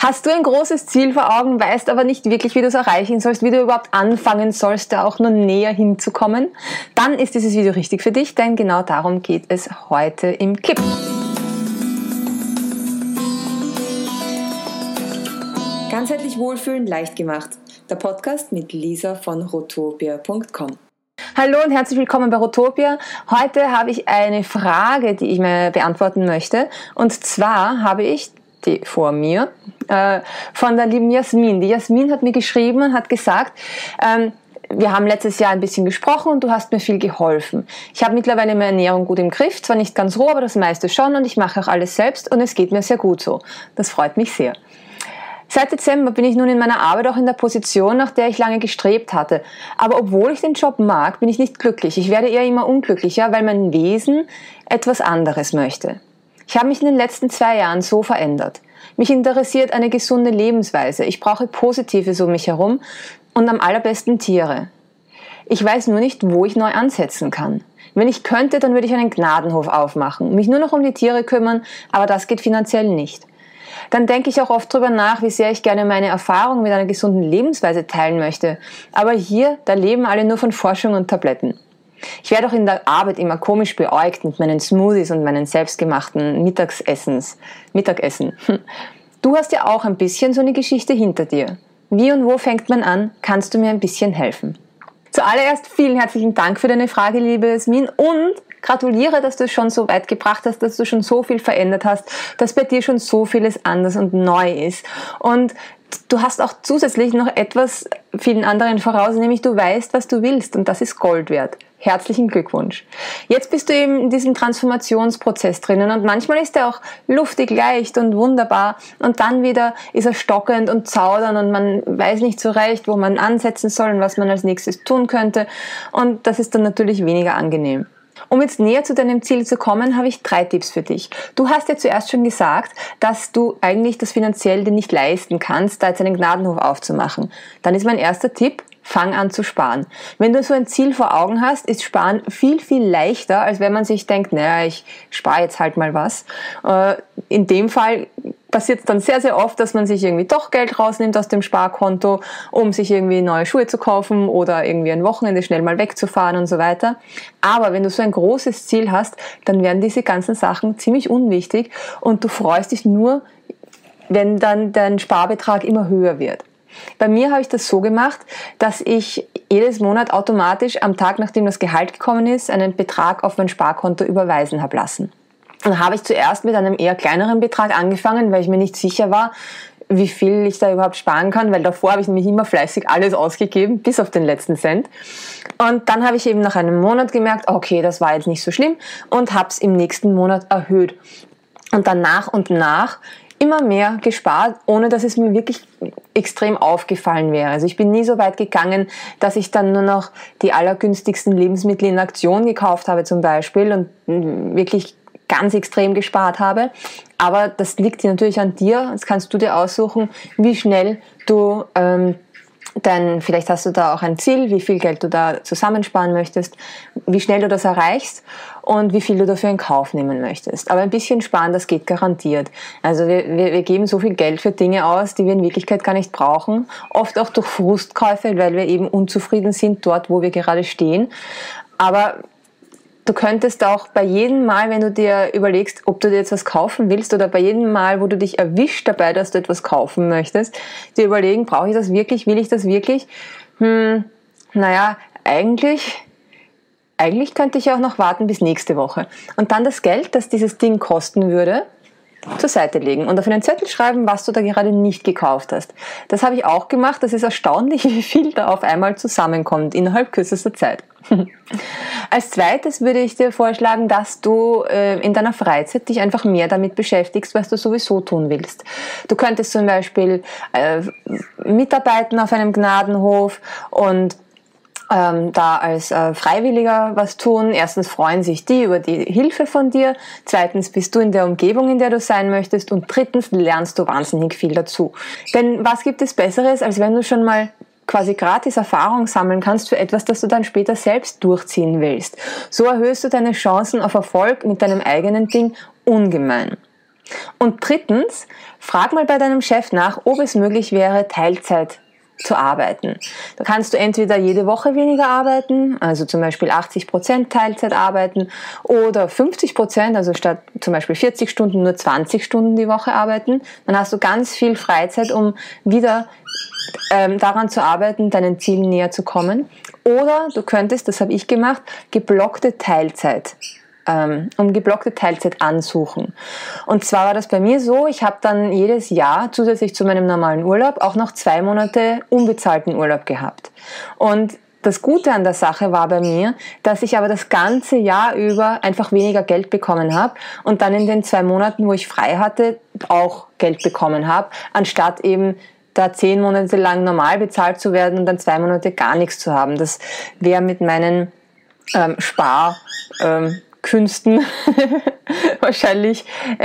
Hast du ein großes Ziel vor Augen, weißt aber nicht wirklich, wie du es erreichen sollst, wie du überhaupt anfangen sollst, da auch nur näher hinzukommen? Dann ist dieses Video richtig für dich, denn genau darum geht es heute im Clip. Ganzheitlich wohlfühlen, leicht gemacht. Der Podcast mit Lisa von rotopia.com. Hallo und herzlich willkommen bei Rotopia. Heute habe ich eine Frage, die ich mir beantworten möchte. Und zwar habe ich die vor mir von der lieben Jasmin. Die Jasmin hat mir geschrieben und hat gesagt, wir haben letztes Jahr ein bisschen gesprochen und du hast mir viel geholfen. Ich habe mittlerweile meine Ernährung gut im Griff, zwar nicht ganz roh, aber das meiste schon und ich mache auch alles selbst und es geht mir sehr gut so. Das freut mich sehr. Seit Dezember bin ich nun in meiner Arbeit auch in der Position, nach der ich lange gestrebt hatte. Aber obwohl ich den Job mag, bin ich nicht glücklich. Ich werde eher immer unglücklicher, weil mein Wesen etwas anderes möchte. Ich habe mich in den letzten 2 Jahren so verändert. Mich interessiert eine gesunde Lebensweise. Ich brauche Positives um mich herum und am allerbesten Tiere. Ich weiß nur nicht, wo ich neu ansetzen kann. Wenn ich könnte, dann würde ich einen Gnadenhof aufmachen, mich nur noch um die Tiere kümmern, aber das geht finanziell nicht. Dann denke ich auch oft drüber nach, wie sehr ich gerne meine Erfahrungen mit einer gesunden Lebensweise teilen möchte. Aber hier, da leben alle nur von Forschung und Tabletten. Ich werde auch in der Arbeit immer komisch beäugt mit meinen Smoothies und meinen selbstgemachten Mittagessen. Du hast ja auch ein bisschen so eine Geschichte hinter dir. Wie und wo fängt man an? Kannst du mir ein bisschen helfen? Zuallererst vielen herzlichen Dank für deine Frage, liebe Jasmin, und gratuliere, dass du es schon so weit gebracht hast, dass du schon so viel verändert hast, dass bei dir schon so vieles anders und neu ist. Und du hast auch zusätzlich noch etwas vielen anderen voraus, nämlich du weißt, was du willst und das ist Gold wert. Herzlichen Glückwunsch. Jetzt bist du eben in diesem Transformationsprozess drinnen und manchmal ist er auch luftig, leicht und wunderbar und dann wieder ist er stockend und zaudernd und man weiß nicht so recht, wo man ansetzen soll und was man als nächstes tun könnte und das ist dann natürlich weniger angenehm. Um jetzt näher zu deinem Ziel zu kommen, habe ich 3 Tipps für dich. Du hast ja zuerst schon gesagt, dass du eigentlich das finanziell dir nicht leisten kannst, da jetzt einen Gnadenhof aufzumachen. Dann ist mein erster Tipp: Fang an zu sparen. Wenn du so ein Ziel vor Augen hast, ist Sparen viel, viel leichter, als wenn man sich denkt, naja, ich spare jetzt halt mal was. In dem Fall passiert es dann sehr, sehr oft, dass man sich irgendwie doch Geld rausnimmt aus dem Sparkonto, um sich irgendwie neue Schuhe zu kaufen oder irgendwie ein Wochenende schnell mal wegzufahren und so weiter. Aber wenn du so ein großes Ziel hast, dann werden diese ganzen Sachen ziemlich unwichtig und du freust dich nur, wenn dann dein Sparbetrag immer höher wird. Bei mir habe ich das so gemacht, dass ich jedes Monat automatisch am Tag, nachdem das Gehalt gekommen ist, einen Betrag auf mein Sparkonto überweisen habe lassen. Dann habe ich zuerst mit einem eher kleineren Betrag angefangen, weil ich mir nicht sicher war, wie viel ich da überhaupt sparen kann, weil davor habe ich nämlich immer fleißig alles ausgegeben, bis auf den letzten Cent. Und dann habe ich eben nach einem Monat gemerkt, okay, das war jetzt nicht so schlimm und habe es im nächsten Monat erhöht. Und dann nach und nach immer mehr gespart, ohne dass es mir wirklich extrem aufgefallen wäre. Also ich bin nie so weit gegangen, dass ich dann nur noch die allergünstigsten Lebensmittel in Aktion gekauft habe zum Beispiel und wirklich ganz extrem gespart habe. Aber das liegt natürlich an dir. Jetzt kannst du dir aussuchen, wie schnell du vielleicht hast du da auch ein Ziel, wie viel Geld du da zusammensparen möchtest, wie schnell du das erreichst und wie viel du dafür in Kauf nehmen möchtest. Aber ein bisschen sparen, das geht garantiert. Also wir geben so viel Geld für Dinge aus, die wir in Wirklichkeit gar nicht brauchen. Oft auch durch Frustkäufe, weil wir eben unzufrieden sind dort, wo wir gerade stehen. Aber du könntest auch bei jedem Mal, wenn du dir überlegst, ob du dir jetzt was kaufen willst oder bei jedem Mal, wo du dich erwischt dabei, dass du etwas kaufen möchtest, dir überlegen, brauche ich das wirklich, will ich das wirklich? Eigentlich könnte ich ja auch noch warten bis nächste Woche. Und dann das Geld, das dieses Ding kosten würde, zur Seite legen und auf einen Zettel schreiben, was du da gerade nicht gekauft hast. Das habe ich auch gemacht. Das ist erstaunlich, wie viel da auf einmal zusammenkommt innerhalb kürzester Zeit. Als zweites würde ich dir vorschlagen, dass du in deiner Freizeit dich einfach mehr damit beschäftigst, was du sowieso tun willst. Du könntest zum Beispiel mitarbeiten auf einem Gnadenhof und da als Freiwilliger was tun. Erstens freuen sich die über die Hilfe von dir. Zweitens bist du in der Umgebung, in der du sein möchtest. Und drittens lernst du wahnsinnig viel dazu. Denn was gibt es Besseres, als wenn du schon mal quasi gratis Erfahrung sammeln kannst für etwas, das du dann später selbst durchziehen willst. So erhöhst du deine Chancen auf Erfolg mit deinem eigenen Ding ungemein. Und drittens, frag mal bei deinem Chef nach, ob es möglich wäre, Teilzeit zu arbeiten. Da kannst du entweder jede Woche weniger arbeiten, also zum Beispiel 80% Teilzeit arbeiten, oder 50%, also statt zum Beispiel 40 Stunden nur 20 Stunden die Woche arbeiten. Dann hast du ganz viel Freizeit, um wieder daran zu arbeiten, deinen Zielen näher zu kommen. Oder du könntest, das habe ich gemacht, geblockte Teilzeit ansuchen. Und zwar war das bei mir so, ich habe dann jedes Jahr zusätzlich zu meinem normalen Urlaub auch noch 2 Monate unbezahlten Urlaub gehabt. Und das Gute an der Sache war bei mir, dass ich aber das ganze Jahr über einfach weniger Geld bekommen habe und dann in den 2 Monaten, wo ich frei hatte, auch Geld bekommen habe, anstatt eben da 10 Monate lang normal bezahlt zu werden und dann 2 Monate gar nichts zu haben. Das wäre mit meinen Künsten wahrscheinlich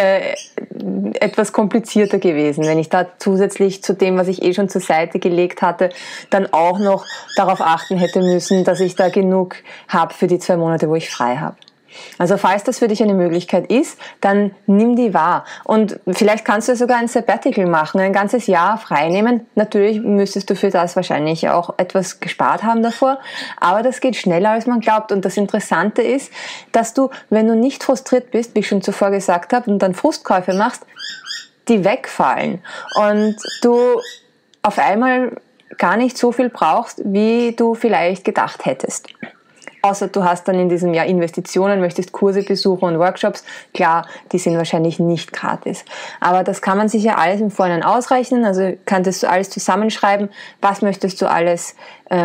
etwas komplizierter gewesen, wenn ich da zusätzlich zu dem, was ich schon zur Seite gelegt hatte, dann auch noch darauf achten hätte müssen, dass ich da genug habe für die 2 Monate, wo ich frei habe. Also falls das für dich eine Möglichkeit ist, dann nimm die wahr. Und vielleicht kannst du sogar ein Sabbatical machen, ein ganzes Jahr frei nehmen. Natürlich müsstest du für das wahrscheinlich auch etwas gespart haben davor, aber das geht schneller, als man glaubt. Und das Interessante ist, dass du, wenn du nicht frustriert bist, wie ich schon zuvor gesagt habe, und dann Frustkäufe machst, die wegfallen. Und du auf einmal gar nicht so viel brauchst, wie du vielleicht gedacht hättest. Außer du hast dann in diesem Jahr Investitionen, möchtest Kurse besuchen und Workshops. Klar, die sind wahrscheinlich nicht gratis. Aber das kann man sich ja alles im Vorhinein ausrechnen. Also könntest du alles zusammenschreiben. Was möchtest du alles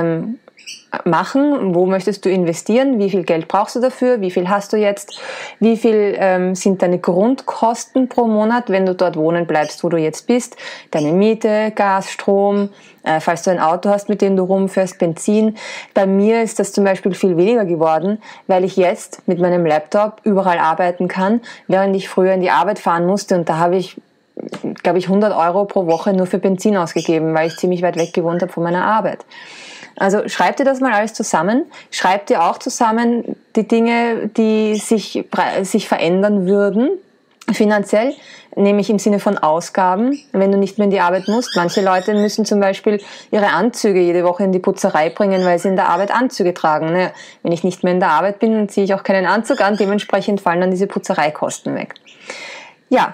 machen? Wo möchtest du investieren? Wie viel Geld brauchst du dafür? Wie viel hast du jetzt? Wie viel sind deine Grundkosten pro Monat, wenn du dort wohnen bleibst, wo du jetzt bist? Deine Miete, Gas, Strom, falls du ein Auto hast, mit dem du rumfährst, Benzin. Bei mir ist das zum Beispiel viel weniger geworden, weil ich jetzt mit meinem Laptop überall arbeiten kann, während ich früher in die Arbeit fahren musste, und da habe ich, glaube ich, 100 Euro pro Woche nur für Benzin ausgegeben, weil ich ziemlich weit weg gewohnt habe von meiner Arbeit. Also schreib dir das mal alles zusammen. Schreib dir auch zusammen die Dinge, die sich verändern würden, finanziell, nämlich im Sinne von Ausgaben, wenn du nicht mehr in die Arbeit musst. Manche Leute müssen zum Beispiel ihre Anzüge jede Woche in die Putzerei bringen, weil sie in der Arbeit Anzüge tragen. Naja, wenn ich nicht mehr in der Arbeit bin, dann ziehe ich auch keinen Anzug an. Dementsprechend fallen dann diese Putzereikosten weg. Ja,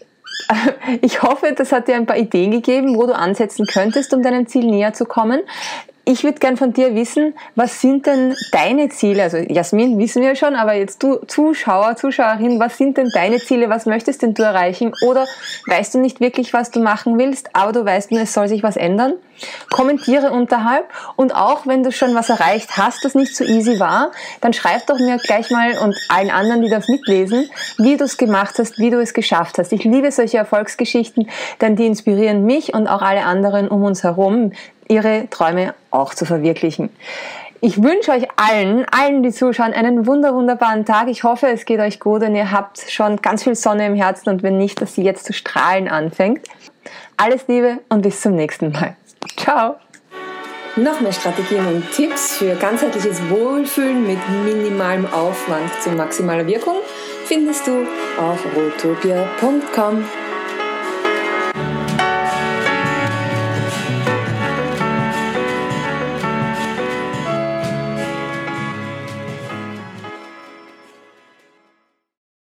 ich hoffe, das hat dir ein paar Ideen gegeben, wo du ansetzen könntest, um deinem Ziel näher zu kommen. Ich würde gern von dir wissen, was sind denn deine Ziele? Also Jasmin wissen wir schon, aber jetzt du Zuschauer, Zuschauerin, was sind denn deine Ziele? Was möchtest denn du erreichen? Oder weißt du nicht wirklich, was du machen willst, aber du weißt nur, es soll sich was ändern? Kommentiere unterhalb, und auch wenn du schon was erreicht hast, das nicht so easy war, dann schreib doch mir gleich mal und allen anderen, die das mitlesen, wie du es gemacht hast, wie du es geschafft hast. Ich liebe solche Erfolgsgeschichten, denn die inspirieren mich und auch alle anderen um uns herum, ihre Träume auch zu verwirklichen. Ich wünsche euch allen, die zuschauen, einen wunderbaren Tag. Ich hoffe, es geht euch gut und ihr habt schon ganz viel Sonne im Herzen, und wenn nicht, dass sie jetzt zu strahlen anfängt. Alles Liebe und bis zum nächsten Mal. Ciao! Noch mehr Strategien und Tipps für ganzheitliches Wohlfühlen mit minimalem Aufwand zu maximaler Wirkung findest du auf rotopia.com.